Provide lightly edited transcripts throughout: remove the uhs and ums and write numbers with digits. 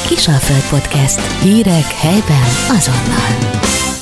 Kisalföld Podcast. Hírek helyben azonnal.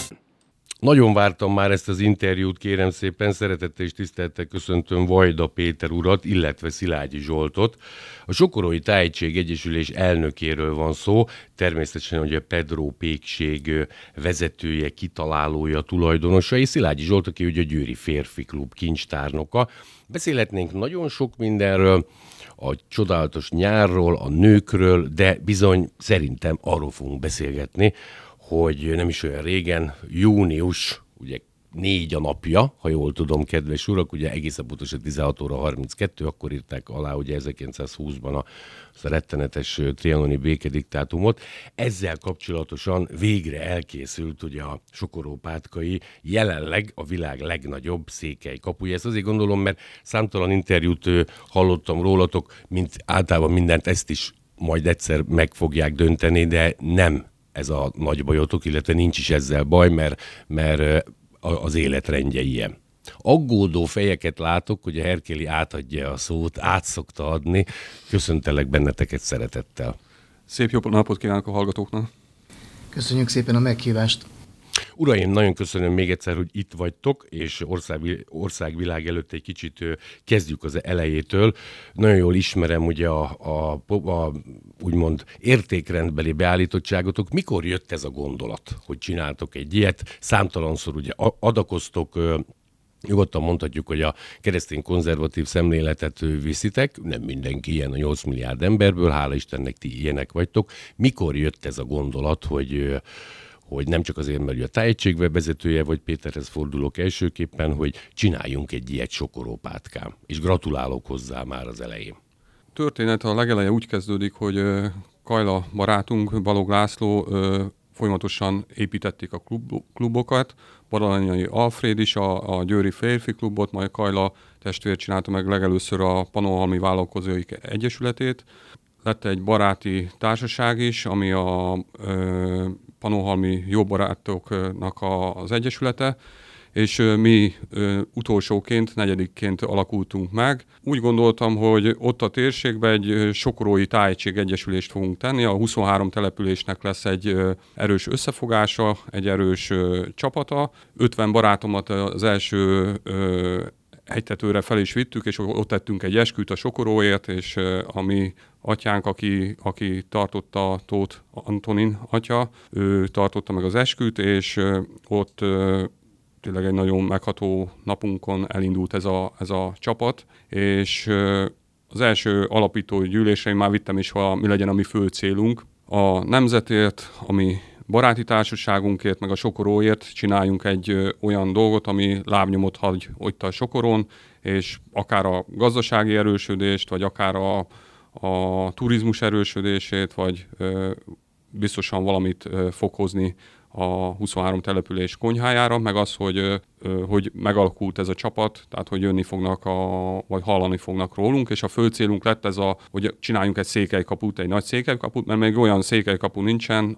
Nagyon vártam már ezt az interjút, kérem szépen, szeretettel és tisztelettel köszöntöm Vajda Péter urat, illetve Szilágyi Zsoltot. A Sokorói Tájegység Egyesülés elnökéről van szó, természetesen ugye Pedro pékség vezetője, kitalálója, tulajdonosa, és Szilágyi Zsolt, aki ugye a Győri Férfi Klub kincstárnoka. Beszélhetnénk nagyon sok mindenről, a csodálatos nyárról, a nőkről, de bizony szerintem arról fogunk beszélgetni, hogy nem is olyan régen, június, ugye 4 a napja, ha jól tudom, kedves urak, ugye egészen pontosan 16 óra 32, akkor írták alá ugye 1920-ban azt a rettenetes trianoni békediktátumot. Ezzel kapcsolatosan végre elkészült ugye a Sokoró-Pátkai, jelenleg a világ legnagyobb székely kapuja. Ezt azért gondolom, mert számtalan interjút hallottam rólatok, mint általában mindent, ezt is majd egyszer meg fogják dönteni, de nem ez a nagy bajotok, illetve nincs is ezzel baj, mert az életrendje ilyen. Aggódó fejeket látok, hogy a Herkéli átadja a szót, át szokta adni. Köszöntelek benneteket szeretettel. Szép jó napot kívánok a hallgatóknak. Köszönjük szépen a meghívást. Uraim, nagyon köszönöm még egyszer, hogy itt vagytok, és országvilág előtt egy kicsit kezdjük az elejétől. Nagyon jól ismerem ugye a úgymond értékrendbeli beállítottságotok. Mikor jött ez a gondolat, hogy csináltok egy ilyet? Számtalanszor ugye adakoztok, nyugodtan mondhatjuk, hogy a keresztény konzervatív szemléletet viszitek, nem mindenki ilyen a 8 milliárd emberből, hála Istennek ti ilyenek vagytok. Mikor jött ez a gondolat, hogy nem csak azért, mert a tájegység webvezetője vagy, Péterhez fordulok elsőképpen, hogy csináljunk egy ilyet Sokoró-Pátkán. És gratulálok hozzá már az elején. Történet a legeleje úgy kezdődik, hogy Kajla barátunk, Balog László folyamatosan építették a klubokat. Baralanyai Alfréd is a Győri Férfi Klubot, majd Kajla testvér csinálta meg legelőször a Pannonhalmi Vállalkozói Egyesületét. Lett egy baráti társaság is, ami a Pannonhalmi Jó Barátoknak az egyesülete, és mi utolsóként, negyedikként alakultunk meg. Úgy gondoltam, hogy ott a térségben egy Sokorói Tájegység Egyesülést fogunk tenni, a 23 településnek lesz egy erős összefogása, egy erős csapata. 50 barátomat az első hegytetőre fel is vittük, és ott tettünk egy esküt a Sokoróért, és a mi atyánk, aki tartotta, Tóth Antonin atya, ő tartotta meg az esküt, és ott tényleg egy nagyon megható napunkon elindult ez a csapat, és az első alapító gyűlésre már vittem is, mi legyen a mi fő célunk. A nemzetért, ami baráti társaságunkért, meg a Sokoróért csináljunk egy olyan dolgot, ami lábnyomot hagy ott a Sokorón, és akár a gazdasági erősödést, vagy akár a turizmus erősödését, vagy biztosan valamit fog hozni a 23 település konyhájára, meg az, hogy megalakult ez a csapat, tehát hogy jönni fognak, vagy hallani fognak rólunk, és a fő célunk lett hogy csináljunk egy székelykaput, egy nagy székelykaput, mert még olyan székelykapu nincsen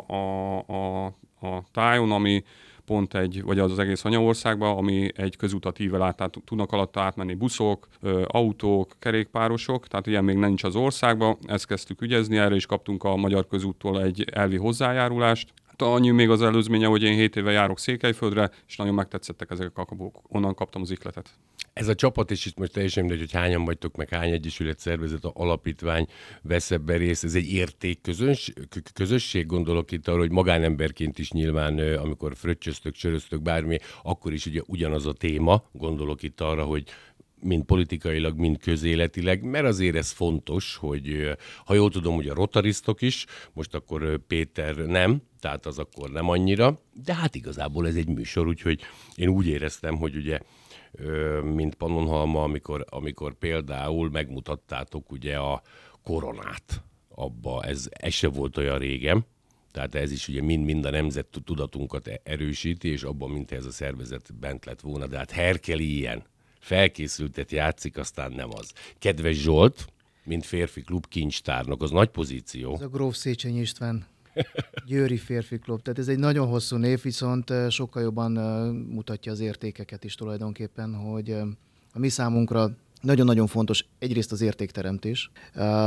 a tájon, ami pont vagy az egész anyaországban, ami egy közutat ível át, tehát tudnak alatta átmenni buszok, autók, kerékpárosok, tehát ilyen még nincs az országban, ezt kezdtük ügyezni, erre is kaptunk a Magyar Közúttól egy elvi hozzájárulást. Annyi még az előzménye, hogy én 7 éve járok Székelyföldre, és nagyon megtetszettek ezek a kapuk. Onnan kaptam az ihletet. Ez a csapat, és itt most teljesen mindegy, hogy hányan vagytok, meg hány egyesület, szervezet, alapítvány vesz ebben részt, ez egy értékközösség, gondolok itt arra, hogy magánemberként is nyilván, amikor fröccsöztök, söröztök, bármi, akkor is ugye ugyanaz a téma, gondolok itt arra, hogy mind politikailag, mind közéletileg, mert azért ez fontos, hogy ha jól tudom, hogy a rotarisztok is, most akkor Péter nem, tehát az akkor nem annyira, de hát igazából ez egy műsor, úgyhogy én úgy éreztem, hogy ugye mint Pannonhalma, amikor például megmutattátok ugye a koronát abba, ez se volt olyan régen, tehát ez is ugye mind a nemzet tudatunkat erősíti, és abban, mint ez a szervezet bent lett volna, de hát Herkeli ilyen felkészültet játszik, aztán nem az. Kedves Zsolt, mint férfi klub kincstárnok, az nagy pozíció. Ez a Gróf Széchenyi István Győri Férfi Klub. Tehát ez egy nagyon hosszú név, viszont sokkal jobban mutatja az értékeket is tulajdonképpen, hogy a mi számunkra nagyon-nagyon fontos egyrészt az értékteremtés.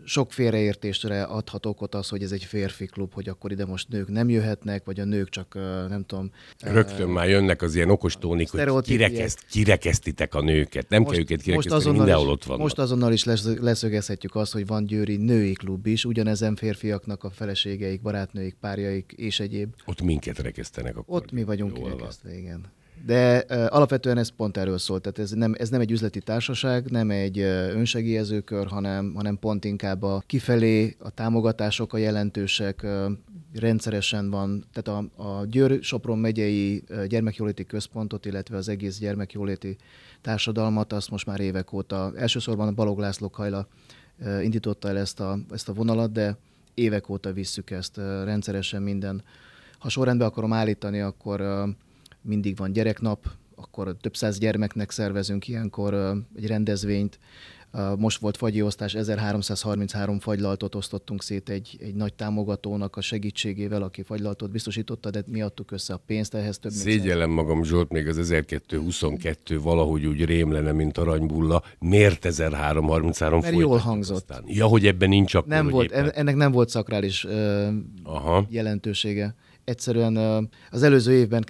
sok félreértésre adhat okot az, hogy ez egy férfi klub, hogy akkor ide most nők nem jöhetnek, vagy a nők csak nem tudom... Rögtön már jönnek az ilyen okostónik, hogy kirekesztitek a nőket. Nem kell őket kirekeszteni, mindenhol ott vannak. Most azonnal is leszögezhetjük azt, hogy van győri női klub is, ugyanezen férfiaknak a feleségeik, barátnőik, párjaik és egyéb. Ott minket rekesztenek akkor. Ott mi vagyunk kirekesztve, igen. De alapvetően ez pont erről szól, tehát ez nem egy üzleti társaság, nem egy önsegélyezőkör, hanem pont inkább a kifelé a támogatások a jelentősek, rendszeresen van, tehát a Győr-Sopron megyei gyermekjóléti központot, illetve az egész gyermekjóléti társadalmat, azt most már évek óta, elsősorban a Balogh László Kajla indította el ezt a vonalat, de évek óta visszük ezt rendszeresen minden. Ha sorrendbe akarom állítani, akkor mindig van gyereknap, akkor több száz gyermeknek szervezünk ilyenkor egy rendezvényt. Most volt fagyiosztás, 1333 fagylaltot osztottunk szét egy nagy támogatónak a segítségével, aki fagylaltot biztosította, de mi adtuk össze a pénzt ehhez több mint... Szégyellem magam, Zsolt, még az 1222 valahogy úgy rém lenne, mint aranybulla. Miért 1333 Mert jól hangzott. Aztán? Ja, hogy ebben nincs akkor, nem volt, ennek nem volt szakrális jelentősége. Egyszerűen az előző évben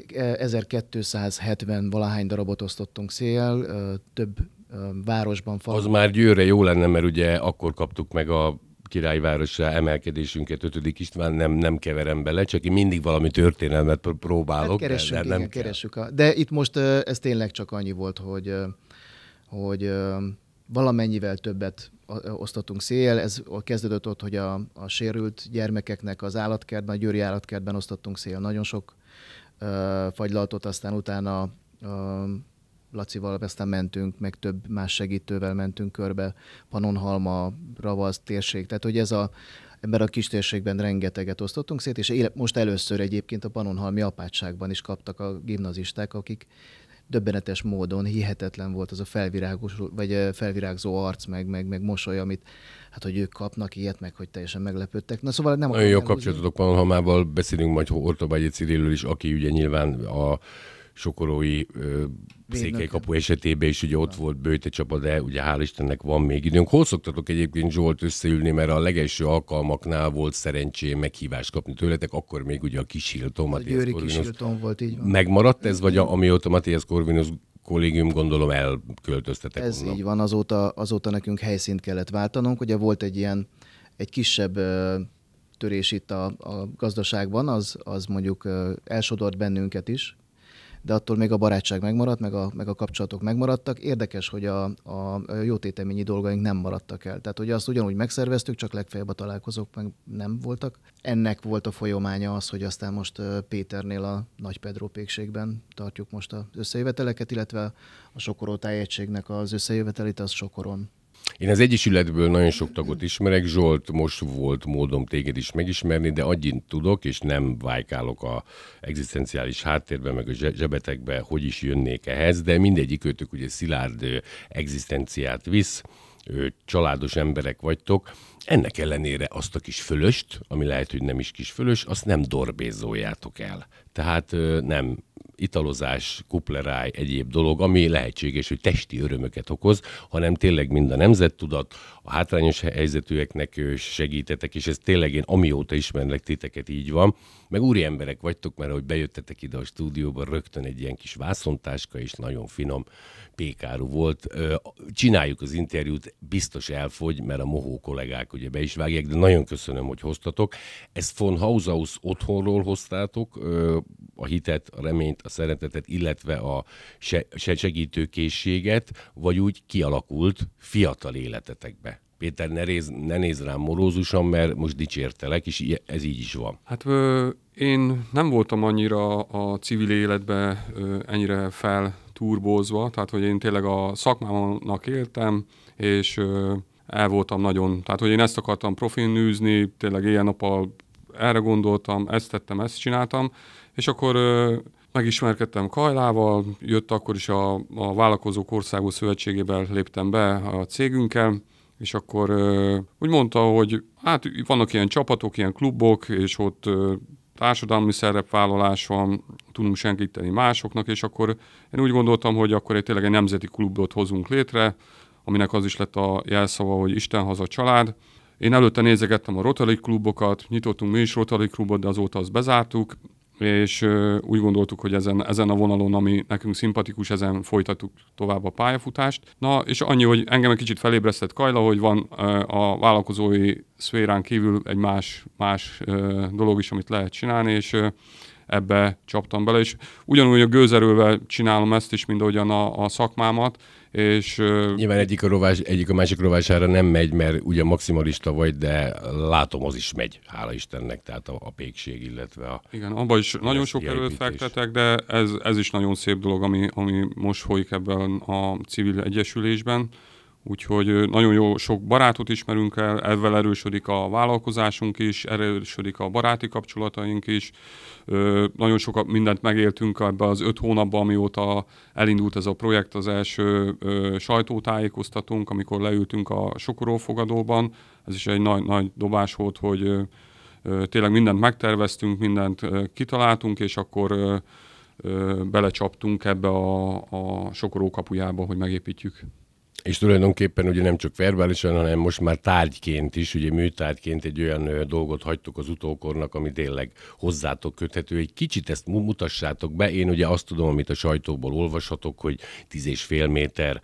1270 valahány darabot osztottunk széjjel, több városban. Az már Győrre jó lenne, mert ugye akkor kaptuk meg a királyvárosra emelkedésünket, 5. István, nem keverem bele, csak én mindig valami történelmet próbálok. Hát keressük. De itt most ez tényleg csak annyi volt, hogy valamennyivel többet osztottunk széjjel. Ez kezdődött ott, hogy a sérült gyermekeknek az állatkertben, a győri állatkertben osztottunk széjjel nagyon sok fagylaltot, aztán utána Lacival aztán mentünk, meg több más segítővel mentünk körbe, Pannonhalma, Ravasz térség, tehát hogy ebben a kis térségben rengeteget osztottunk szét, és most először egyébként a Pannonhalmi apátságban is kaptak a gimnazisták, akik döbbenetes módon, hihetetlen volt az a felvirágzó arc, meg mosoly, amit, hát hogy ők kapnak ilyet, meg hogy teljesen meglepődtek. Na szóval nem nagyon jó kapcsolatotok Pannonhalmával, beszélünk majd Ortobágyi Cirilről is, aki ugye nyilván a sokorói Székelykapu esetében is ugye ott volt Böjte Csaba, de ugye hál' Istennek van még időnk. Hol szoktatok egyébként, Zsolt, összeülni, mert a legelső alkalmaknál volt szerencsém meghívást kapni tőletek, akkor még ugye a Kis Hilton, Matthias Corvinus. Kis Hilton volt, így van. Megmaradt ez, vagy amióta Matthias Corvinus kollégium, gondolom, elköltöztetek ez onnan? Így van, azóta nekünk helyszínt kellett váltanunk. Ugye volt egy kisebb törés itt a gazdaságban, az mondjuk elsodort bennünket is, de attól még a barátság megmaradt, meg a kapcsolatok megmaradtak. Érdekes, hogy a jótéteményi dolgaink nem maradtak el. Tehát ugye azt ugyanúgy megszerveztük, csak legfeljebb a találkozók meg nem voltak. Ennek volt a folyamánya az, hogy aztán most Péternél a Nagy Pedró pékségben tartjuk most az összejöveteleket, illetve a Sokoró tájegységnek az összejövetelit, az Sokoron. Én az Egyesületből nagyon sok tagot ismerek, Zsolt, most volt módom téged is megismerni, de annyit tudok, és nem vájkálok a egzisztenciális háttérben, meg a zsebetekbe, hogy is jönnék ehhez, de mindegyikőtök ugye szilárd egzisztenciát visz, családos emberek vagytok. Ennek ellenére azt a kis fölöst, ami lehet, hogy nem is kis fölös, azt nem dorbézoljátok el. Tehát nem italozás, kupleráj, egyéb dolog, ami lehetséges, hogy testi örömöket okoz, hanem tényleg mind a nemzettudat, a hátrányos helyzetűeknek segítetek, és ez tényleg én amióta ismerlek titeket így van, meg úri emberek vagytok, mert ahogy bejöttetek ide a stúdióba, rögtön egy ilyen kis vászontáska, és nagyon finom pékáru volt. Csináljuk az interjút, biztos elfogy, mert a mohó kollégák ugye be is vágják, de nagyon köszönöm, hogy hoztatok. Ezt von Hausaus otthonról hoztátok, a hitet, a reményt, a szeretetet, illetve a segítőkészséget, vagy úgy kialakult fiatal életetekbe. Péter, ne nézz rám morózusan, mert most dicsértelek, és ez így is van. Hát én nem voltam annyira a civil életbe ennyire felturbózva, tehát hogy én tényleg a szakmámnak éltem, és el voltam nagyon, tehát hogy én ezt akartam profin űzni, tényleg éjjel-nappal erre gondoltam, ezt tettem, ezt csináltam, és akkor megismerkedtem Kajlával, jött akkor is a Vállalkozók Országos Szövetségében léptem be a cégünkkel, és akkor úgy mondta, hogy hát vannak ilyen csapatok, ilyen klubok, és ott társadalmi szerepvállalás van, tudunk segíteni másoknak, és akkor én úgy gondoltam, hogy akkor tényleg egy nemzeti klubot hozunk létre, aminek az is lett a jelszava, hogy Isten haza család, Én előtte nézegettem a Rotary klubokat, nyitottunk mi is Rotary klubot, de azóta azt bezártuk, és úgy gondoltuk, hogy ezen a vonalon, ami nekünk szimpatikus, ezen folytatjuk tovább a pályafutást. Na, és annyi, hogy engem egy kicsit felébresztett Kajla, hogy van a vállalkozói szférán kívül egy más dolog is, amit lehet csinálni, és ebbe csaptam bele, és ugyanúgy a gőzerővel csinálom ezt is, mint ahogyan a szakmámat, és... Nyilván egyik a másik rovására nem megy, mert ugye maximalista vagy, de látom, az is megy, hála Istennek, tehát a pékség, illetve a... Igen, abban is nagyon sok erőt fektetek, de ez is nagyon szép dolog, ami most folyik ebben a civil egyesülésben. Úgyhogy nagyon jó sok barátot ismerünk el, ezzel erősödik a vállalkozásunk is, erősödik a baráti kapcsolataink is. Nagyon sokat mindent megéltünk ebben az 5 hónapban, amióta elindult ez a projekt, az első sajtótájékoztatónk, amikor leültünk a Sokoró-fogadóban. Ez is egy nagy dobás volt, hogy tényleg mindent megterveztünk, mindent kitaláltunk, és akkor belecsaptunk ebbe a Sokoró kapujába, hogy megépítjük. És tulajdonképpen ugye nem csak verbálisan, hanem most már tárgyként is, ugye műtárgyként egy olyan dolgot hagytuk az utókornak, ami tényleg hozzátok köthető. Egy kicsit ezt mutassátok be. Én ugye azt tudom, amit a sajtóból olvashatok, hogy 10,5 méter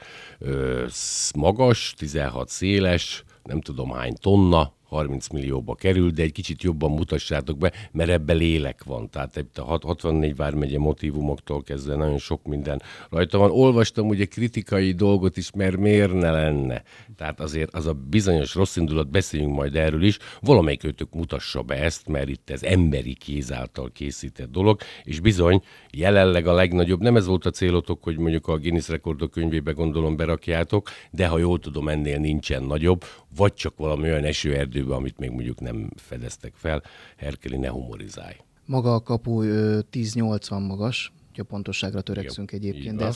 magas, 16 széles, nem tudom hány tonna, 30 millióba kerül, de egy kicsit jobban mutassátok be, mert ebben lélek van. Tehát a 64 vármegye motívumoktól kezdve nagyon sok minden rajta van. Olvastam ugye kritikai dolgot is, mert miért ne lenne. Tehát azért az a bizonyos rossz indulat, beszéljünk majd erről is, valamelyik őtök mutassa be ezt, mert itt ez emberi kéz által készített dolog, és bizony jelenleg a legnagyobb, nem ez volt a célotok, hogy mondjuk a Guinness Rekordok könyvébe gondolom berakjátok, de ha jól tudom, ennél nincsen nagyobb, vagy csak valami olyan esőerdőben, amit még mondjuk nem fedeztek fel. Herkeli, ne humorizálj. Maga a kapu 10,80 magas, hogy a pontosságra törekszünk egyébként, de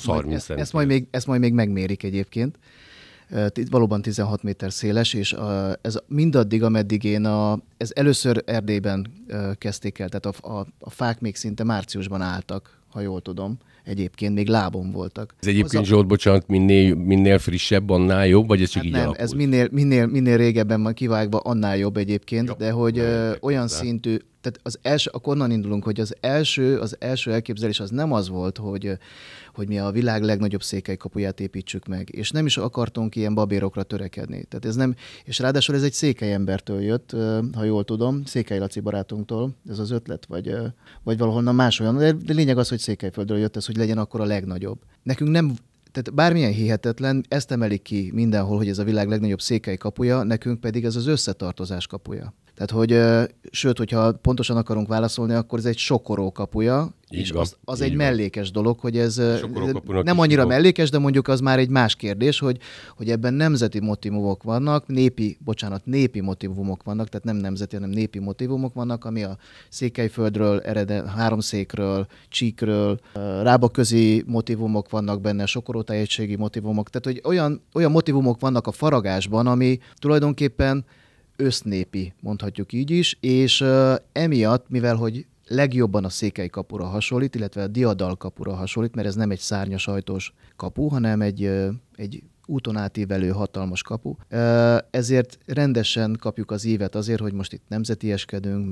ezt majd még megmérik egyébként. Valóban 16 méter széles, és ez mindaddig, ameddig ez először Erdélyben kezdték el, tehát a fák még szinte márciusban álltak, ha jól tudom. Egyébként még lábon voltak. Ez egyébként Zsolt, bocsánat, minél frissebb, annál jobb, vagy ez csak így nem, alakult? Ez minél régebben van kivágva, annál jobb egyébként, jó, de hogy olyan szintű, tehát az első, akkor onnan indulunk, hogy az első elképzelés az nem az volt, hogy mi a világ legnagyobb székelykapuját építsük meg, és nem is akartunk ilyen babérokra törekedni. Tehát ez nem, és ráadásul ez egy székely embertől jött, ha jól tudom, Székely Laci barátunktól, ez az ötlet, vagy valahonnan máshol. De lényeg az, hogy Székelyföldről jött ez, hogy legyen akkor a legnagyobb. Nekünk nem, tehát bármilyen hihetetlen, ezt emelik ki mindenhol, hogy ez a világ legnagyobb székelykapuja, nekünk pedig ez az összetartozás kapuja. Tehát, hogy sőt, hogyha pontosan akarunk válaszolni, akkor ez egy Sokoró kapuja, és az egy mellékes dolog, hogy ez nem annyira mellékes, de mondjuk az már egy más kérdés, hogy ebben nemzeti motívumok vannak, népi motívumok vannak, tehát nem nemzeti, hanem népi motívumok vannak, ami a Székelyföldről, Háromszékről, Csíkről, Rábaközi motívumok vannak benne, Sokorótájegységi motívumok, tehát hogy olyan motívumok vannak a faragásban, ami tulajdonképpen össznépi, mondhatjuk így is, és emiatt, mivel hogy legjobban a székelykapura hasonlít, illetve a diadalkapura hasonlít, mert ez nem egy szárnyas ajtós kapu, hanem egy úton átívelő hatalmas kapu. Ezért rendesen kapjuk az ívet azért, hogy most itt nemzetieskedünk,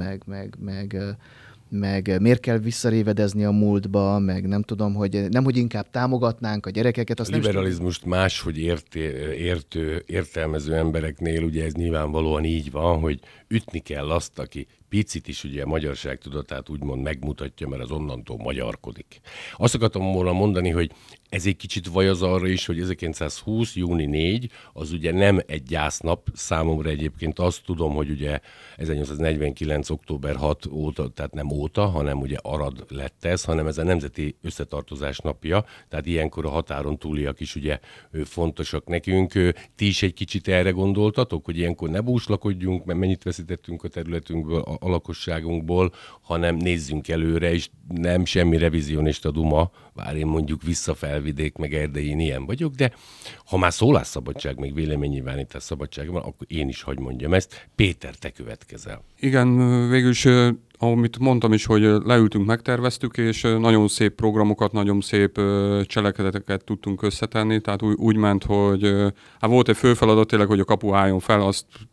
meg miért kell visszarévedezni a múltba, meg nem tudom, hogy nemhogy inkább támogatnánk a gyerekeket. A liberalizmust máshogy értelmező embereknél ugye ez nyilvánvalóan így van, hogy ütni kell azt, aki picit is ugye a magyarság tudatát úgymond megmutatja, mert az onnantól magyarkodik. Azt akartam volna mondani, hogy ez egy kicsit vaj az arra is, hogy 1920. júni 4, az ugye nem egy gyásznap, számomra egyébként azt tudom, hogy ugye 1849. október 6 óta, tehát nem óta, hanem ugye Arad lett ez, hanem ez a Nemzeti Összetartozás napja, tehát ilyenkor a határon túliak is ugye fontosak nekünk. Ti is egy kicsit erre gondoltatok, hogy ilyenkor ne búslakodjunk, mert mennyit veszítettünk a területünkből, a lakosságunkból, hanem nézzünk előre, és nem semmi revizionista duma, bár én mondjuk visszafelvidék, meg Erdélyen ilyen vagyok, de ha már szólásszabadság, meg véleménynyilvánítás szabadság van, akkor én is hadd mondjam ezt. Péter, te következel. Igen, végülis, amit mondtam is, hogy leültünk, megterveztük, és nagyon szép programokat, nagyon szép cselekedeteket tudtunk összetenni, tehát úgy ment, hogy volt egy fő feladat tényleg, hogy a kapu álljon fel, azt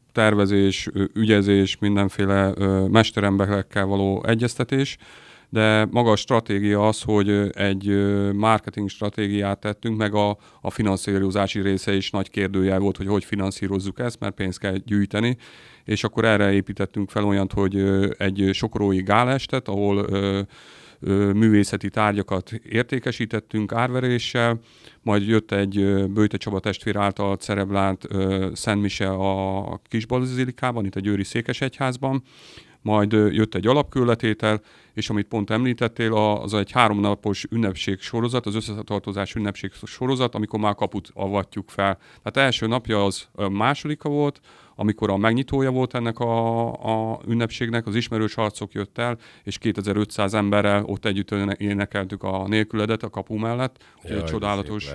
tervezés, ügyezés, mindenféle mesteremberekkel való egyeztetés, de maga a stratégia az, hogy egy marketing stratégiát tettünk, meg a finanszírozási része is nagy kérdőjel volt, hogy finanszírozzuk ezt, mert pénzt kell gyűjteni, és akkor erre építettünk fel olyant, hogy egy sokorói gálaestet, ahol művészeti tárgyakat értékesítettünk árveréssel, majd jött egy Böjte Csaba testvér által celebrált szentmise a Kisbazilikában, itt a győri székesegyházban, majd jött egy alapkőletétel, és amit pont említettél, az egy 3 napos ünnepség sorozat, az összetartozás ünnepség sorozat, amikor már kaput avatjuk fel. Tehát első napja az másodika volt, amikor a megnyitója volt ennek a ünnepségnek, az ismerős arcok jött el, és 2500 emberrel ott együtt énekeltük a Nélküledet a kapu mellett. Egy csodálatos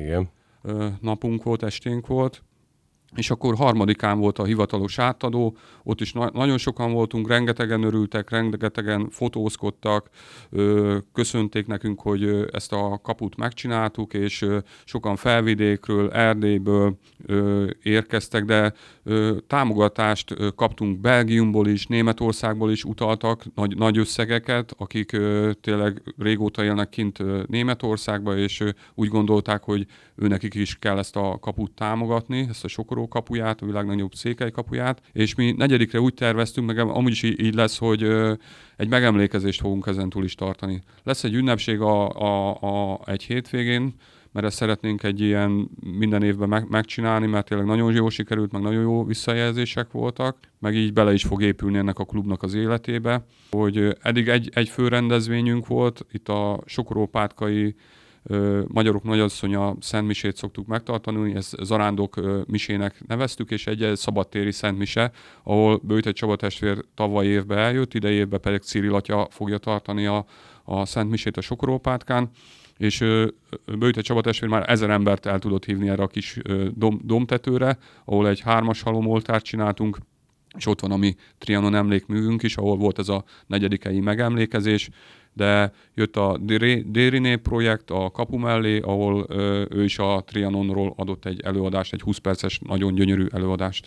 napunk volt, esténk volt. És akkor 3-án volt a hivatalos átadó, ott is nagyon sokan voltunk, rengetegen örültek, rengetegen fotózkodtak, köszönték nekünk, hogy ezt a kaput megcsináltuk, és sokan Felvidékről, Erdélyből érkeztek, de támogatást kaptunk Belgiumból is, Németországból is utaltak nagy összegeket, akik tényleg régóta élnek kint Németországba, és úgy gondolták, hogy őnekik is kell ezt a kaput támogatni, ezt a Sokoró kapuját, a világ nagyobb székely kapuját, és mi 4-re úgy terveztünk, meg amúgy is így lesz, hogy egy megemlékezést fogunk ezentúl is tartani. Lesz egy ünnepség egy hétvégén, mert ezt szeretnénk egy ilyen minden évben megcsinálni, mert tényleg nagyon jól sikerült, meg nagyon jó visszajelzések voltak, meg így bele is fog épülni ennek a klubnak az életébe, hogy eddig egy fő rendezvényünk volt, itt a Sokoró-Pátkai Magyarok Nagyasszonya szentmisét szoktuk megtartani, ezt zarándok misének neveztük, és egy szabadtéri szentmise, ahol Böjte Csaba testvér tavaly évben eljött, idei évben pedig Cyril atya fogja tartani a szentmisét a Sokoró-Pátkán, és Böjte Csaba testvér már 1000 embert el tudott hívni erre a kis domtetőre, ahol egy 3-as halomoltárt csináltunk, és ott van a mi Trianon emlékművünk is, ahol volt ez a 4. megemlékezés, de jött a Dériné projekt a kapu mellé, ahol ő is a Trianonról adott egy előadást, egy 20 perces, nagyon gyönyörű előadást.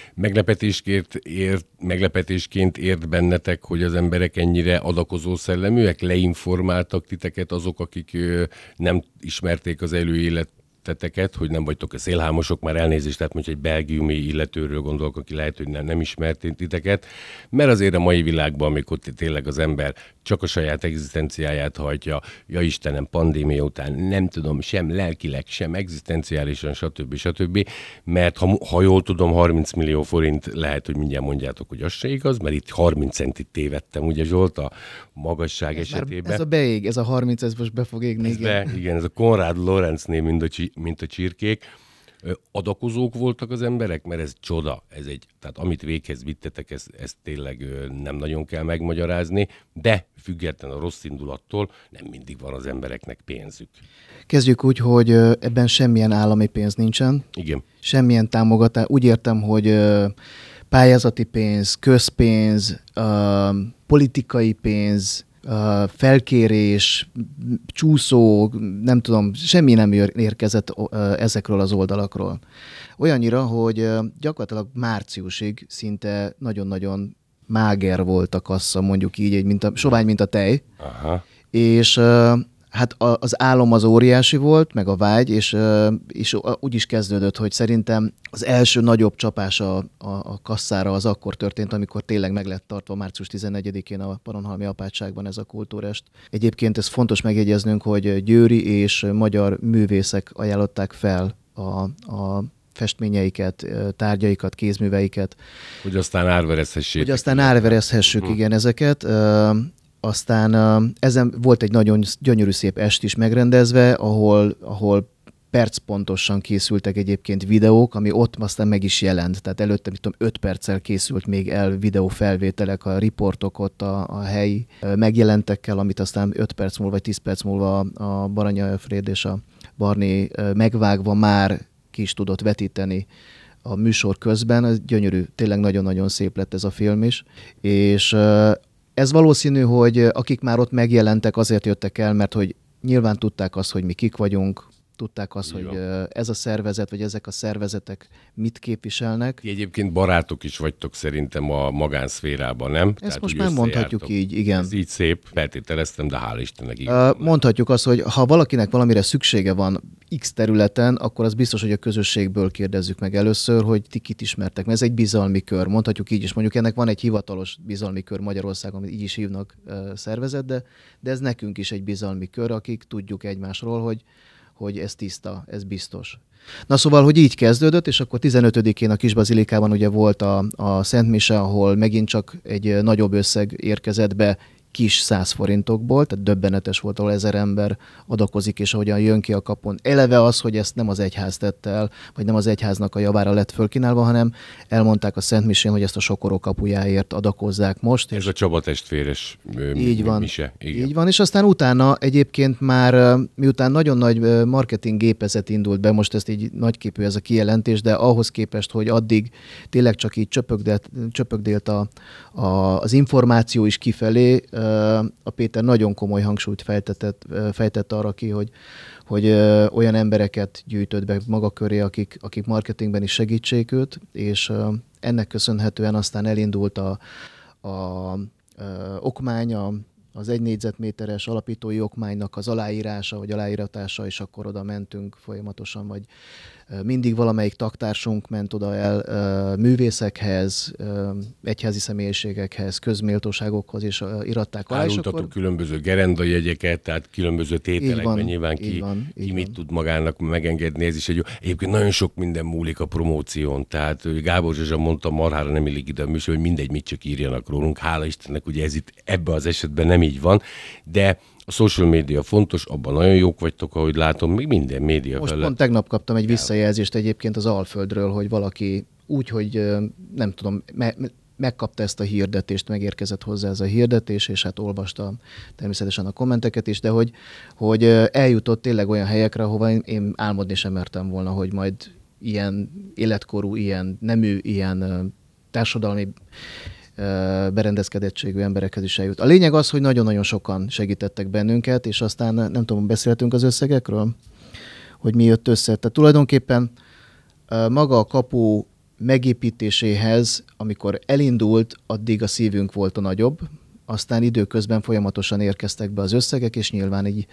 Meglepetésként ért bennetek, hogy az emberek ennyire adakozó szelleműek, leinformáltak titeket azok, akik nem ismerték az előéleteteket, hogy nem vagytok a szélhámosok, már elnézést, tehát mondjuk egy belgiumi illetőről gondolok, aki lehet, hogy nem ismert titeket, mert azért a mai világban, amikor tényleg az ember csak a saját egzisztenciáját hajtja, ja Istenem, pandémia után nem tudom, sem lelkileg, sem egzisztenciálisan, stb. Mert ha jól tudom, 30 millió forint lehet, hogy mindjárt mondjátok, hogy az se igaz, mert itt 30 centit tévedtem, ugye Zsolt, a magasság esetében. Ez a beég, ez a 30, ez most be fog égni. Igen, ez a Konrad Lorenznél, mint a csirkék. Adakozók voltak az emberek, mert ez csoda, tehát amit véghez vittetek, ezt tényleg nem nagyon kell megmagyarázni, de független a rossz indulattól nem mindig van az embereknek pénzük. Kezdjük úgy, hogy ebben semmilyen állami pénz nincsen. Igen. Semmilyen támogatás. Úgy értem, hogy pályázati pénz, közpénz, politikai pénz, felkérés, csúszó, nem tudom, semmi nem érkezett ezekről az oldalakról. Olyannyira, hogy gyakorlatilag márciusig szinte nagyon-nagyon máger volt a kassa, mondjuk így, sovány, mint a tej. Aha. És hát az álom az óriási volt, meg a vágy, és úgy is kezdődött, hogy szerintem az első nagyobb csapás a kasszára az akkor történt, amikor tényleg meg lett tartva március 14-én a Pannonhalmi Apátságban ez a kultúrest. Egyébként ez fontos megjegyeznünk, hogy győri és magyar művészek ajánlották fel a festményeiket, tárgyaikat, kézműveiket. Hogy aztán árverezhessék. Hogy aztán árverezhessük, igen, ezeket. Aztán ezen volt egy nagyon gyönyörű szép est is megrendezve, ahol percpontosan készültek egyébként videók, ami ott aztán meg is jelent. Tehát előtte, 5 perccel készült még el videófelvételek, a riportok ott a helyi megjelentekkel, amit aztán 5 perc múlva, vagy 10 perc múlva a Baranyi Alfréd és a Barni megvágva már ki is tudott vetíteni a műsor közben. Ez gyönyörű, tényleg nagyon-nagyon szép lett ez a film is. És ez valószínű, hogy akik már ott megjelentek, azért jöttek el, mert hogy nyilván tudták azt, hogy mi kik vagyunk, tudták azt, hogy ez a szervezet, vagy ezek a szervezetek mit képviselnek. Ti egyébként barátok is vagytok szerintem a magánszférában, nem? Ezt tehát, most már mondhatjuk így, igen. Ez így szép, feltételeztem, de hál' Istennek így. Mondhatjuk azt, hogy ha valakinek valamire szüksége van X területen, akkor az biztos, hogy a közösségből kérdezzük meg először, hogy ti kit ismertek, mert ez egy bizalmi kör, mondhatjuk így is. Mondjuk ennek van egy hivatalos bizalmi kör Magyarországon, amit így is hívnak szervezet, de ez nekünk is egy bizalmi kör, akik tudjuk egymásról, hogy ez tiszta, ez biztos. Na szóval, hogy így kezdődött, és akkor 15-én a Kisbazilikában ugye volt a Szent Mise, ahol megint csak egy nagyobb összeg érkezett be kis 100 forintokból, tehát döbbenetes volt, ahol 1000 ember adakozik, és ahogyan jön ki a kapun. Eleve az, hogy ezt nem az egyház tette el, vagy nem az egyháznak a javára lett fölkínálva, hanem elmondták a Szent Misén, hogy ezt a Sokoró kapujáért adakozzák most. Ez a Csaba testvéres mise. Igen. Így van, és aztán utána egyébként már, miután nagyon nagy marketing gépezet indult be, most ezt így nagyképű ez a kijelentés, de ahhoz képest, hogy addig tényleg csak így csöpögdélt az információ is kifelé, a Péter nagyon komoly hangsúlyt fejtett arra ki, hogy olyan embereket gyűjtött be maga köré, akik marketingben is segítsék őt, és ennek köszönhetően aztán elindult a okmány, az 1 négyzetméteres alapítói okmánynak az aláírása, vagy aláíratása, és akkor oda mentünk folyamatosan, vagy mindig valamelyik taktársunk ment oda el művészekhez, egyházi személyiségekhez, közméltóságokhoz, és iratták alá. Árultatok különböző gerendajegyeket, tehát különböző tételekben nyilván ki mit tud magának megengedni. Ez is egy jó. Egyébként nagyon sok minden múlik a promóción, tehát Gábor Zsuzsa mondta, marhára nem illik ide a műsor, hogy mindegy, mit csak írjanak rólunk. Hála Istennek, ugye ez itt ebben az esetben nem így van, de a social média fontos, abban nagyon jók vagytok, ahogy látom, még minden média most pont tegnap kaptam egy visszajelzést egyébként az Alföldről, hogy valaki úgy, hogy nem tudom, megkapta ezt a hirdetést, megérkezett hozzá ez a hirdetés, és hát olvasta természetesen a kommenteket is, de hogy eljutott tényleg olyan helyekre, ahova én álmodni sem mertem volna, hogy majd ilyen életkorú, ilyen nemű, ilyen társadalmi berendezkedettségű emberekhez is eljut. A lényeg az, hogy nagyon-nagyon sokan segítettek bennünket, és aztán nem tudom, beszéltünk az összegekről, hogy mi jött össze. Tehát tulajdonképpen maga a kapu megépítéséhez, amikor elindult, addig a szívünk volt a nagyobb, aztán időközben folyamatosan érkeztek be az összegek, és nyilván így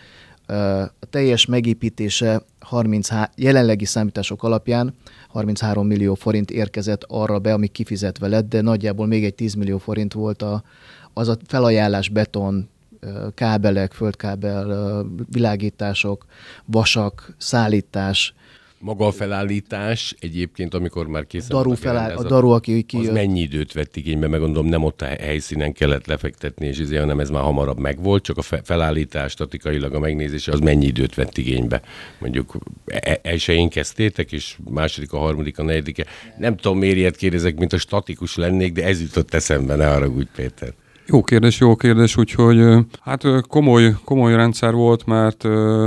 a teljes megépítése jelenlegi számítások alapján 33 millió forint érkezett arra be, ami kifizetve lett, de nagyjából még egy 10 millió forint volt az a felajánlás, beton, kábelek, földkábel, világítások, vasak, szállítás. Maga a felállítás egyébként, amikor már készen a daru, aki kijött. Az mennyi időt vett igénybe, meg gondolom nem ott a helyszínen kellett lefektetni, és ezért, hanem ez már hamarabb megvolt, csak a felállítás, statikailag a megnézése, az mennyi időt vett igénybe? Mondjuk elsőjén kezdtétek, és második, a harmadik, a negyedik. Nem tudom, miért ilyet kérdezek, mint a statikus lennék, de ez jutott eszembe, ne haragudj, Péter. Jó kérdés, úgyhogy hát komoly rendszer volt, mert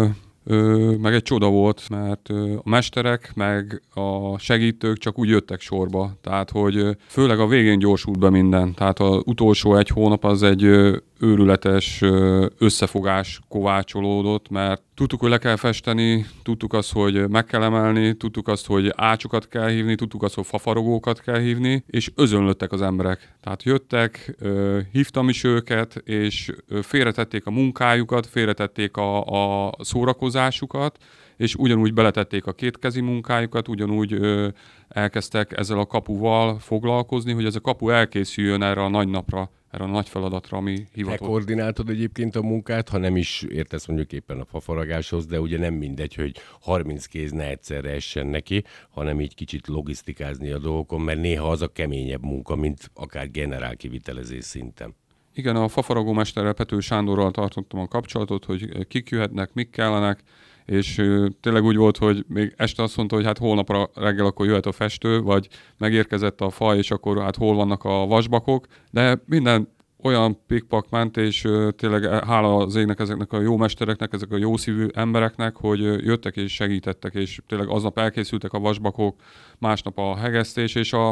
meg egy csoda volt, mert a mesterek, meg a segítők csak úgy jöttek sorba. Tehát, hogy főleg a végén gyorsult be minden. Tehát az utolsó 1 hónap az egy őrületes összefogás kovácsolódott, mert tudtuk, hogy le kell festeni, tudtuk azt, hogy meg kell emelni, tudtuk azt, hogy ácsokat kell hívni, tudtuk azt, hogy fafarogókat kell hívni, és özönlöttek az emberek. Tehát jöttek, hívtam is őket, és félretették a munkájukat, félretették a szórakozásukat, és ugyanúgy beletették a kétkezi munkájukat, ugyanúgy elkezdtek ezzel a kapuval foglalkozni, hogy ez a kapu elkészüljön erre a nagy napra, erre a nagy feladatra, ami hivatott. Te koordináltad egyébként a munkát, ha nem is értesz mondjuk éppen a fafaragáshoz, de ugye nem mindegy, hogy 30 kéz ne egyszerre essen neki, hanem így kicsit logisztikázni a dolgokon, mert néha az a keményebb munka, mint akár generál kivitelezés szinten. Igen, a fafaragómesterrel, Pető Sándorral tartottam a kapcsolatot, hogy kik jöhetnek, mik kellenek, és tényleg úgy volt, hogy még este azt mondta, hogy hát holnapra reggel akkor jöhet a festő, vagy megérkezett a fa, és akkor hát hol vannak a vasbakok, de minden olyan pikpak ment, és tényleg hála az égnek, ezeknek a jó mestereknek, ezek a jó szívű embereknek, hogy jöttek és segítettek, és tényleg aznap elkészültek a vasbakok, másnap a hegesztés, és a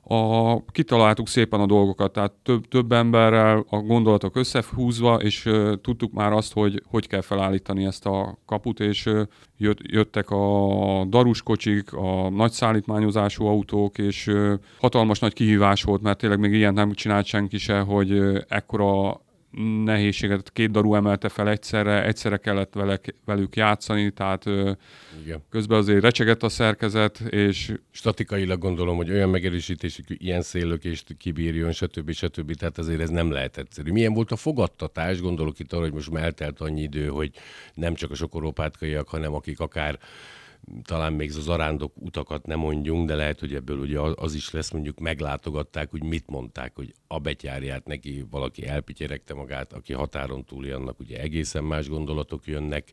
Kitaláltuk szépen a dolgokat, tehát több emberrel a gondolatok összehúzva, és tudtuk már azt, hogy kell felállítani ezt a kaput, és jöttek a daruskocsik, a nagy szállítmányozású autók, és hatalmas nagy kihívás volt, mert tényleg még ilyen nem csinált senki se, hogy ekkora nehézséget 2 daru emelte fel egyszerre kellett velük játszani, tehát igen. Közben azért recsegett a szerkezet, és... Statikailag gondolom, hogy olyan megerősítésű, ilyen széllökést kibírjon, stb. Tehát azért ez nem lehet egyszerű. Milyen volt a fogadtatás? Gondolok itt arra, hogy most már eltelt annyi idő, hogy nem csak a sokorópátkaiak, hanem akik akár talán még az arándok utakat nem mondjunk, de lehet, hogy ebből ugye az is lesz, mondjuk meglátogatták, hogy mit mondták, hogy a betyárját neki valaki elpityeregte magát, aki határon túli, annak ugye egészen más gondolatok jönnek.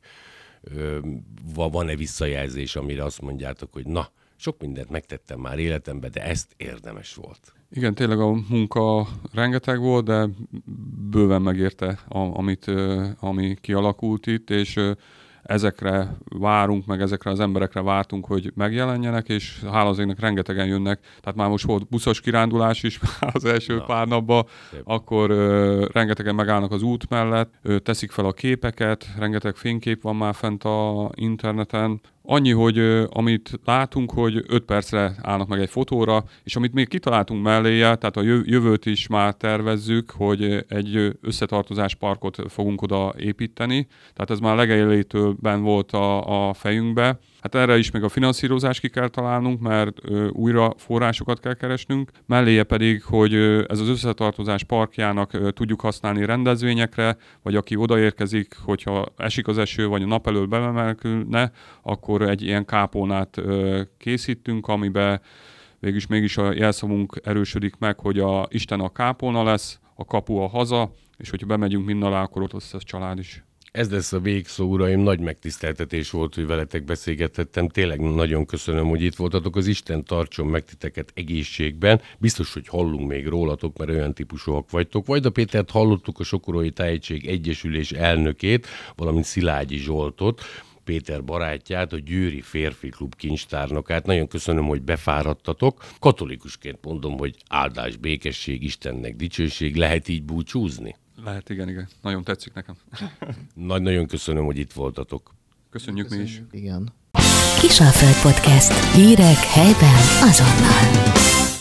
Van-e visszajelzés, amire azt mondjátok, hogy na, sok mindent megtettem már életemben, de ezt érdemes volt? Igen, tényleg a munka rengeteg volt, de bőven megérte, ami kialakult itt, és ezekre várunk, meg ezekre az emberekre vártunk, hogy megjelenjenek, és hála az égnek rengetegen jönnek. Tehát már most volt buszos kirándulás is az első pár napban, akkor rengetegen megállnak az út mellett, teszik fel a képeket, rengeteg fénykép van már fent a interneten. Annyi, hogy amit látunk, hogy 5 percre állnak meg egy fotóra, és amit még kitaláltunk melléje, tehát a jövőt is már tervezzük, hogy egy összetartozás parkot fogunk oda építeni. Tehát ez már legelejétől benn volt a fejünkbe. Hát erre is még a finanszírozást ki kell találnunk, mert újra forrásokat kell keresnünk. Melléje pedig, hogy ez az összetartozás parkjának tudjuk használni rendezvényekre, vagy aki odaérkezik, hogyha esik az eső, vagy a nap elől beemelkedne, akkor egy ilyen kápolnát készítünk, amiben mégis a jelszavunk erősödik meg, hogy Isten a kápolna lesz, a kapu a haza, és hogyha bemegyünk minden alá, akkor ott lesz a család is. Ez lesz a végszó, uraim, nagy megtiszteltetés volt, hogy veletek beszélgethettem. Tényleg nagyon köszönöm, hogy itt voltatok. Az Isten tartson meg titeket egészségben. Biztos, hogy hallunk még rólatok, mert olyan típusúak vagytok. Vajda Pétert hallottuk, a Sokorói Tájegység Egyesülés elnökét, valamint Szilágyi Zsoltot, Péter barátját, a Győri Férfi Klub kincstárnokát. Nagyon köszönöm, hogy befáradtatok. Katolikusként mondom, hogy áldás, békesség, Istennek dicsőség. Lehet így búcsúzni? Lehet, igen. Nagyon tetszik nekem. Nagyon köszönöm, hogy itt voltatok. Köszönjük mi is. Igen. Kisalföld Podcast. Hírek helyben azonnal.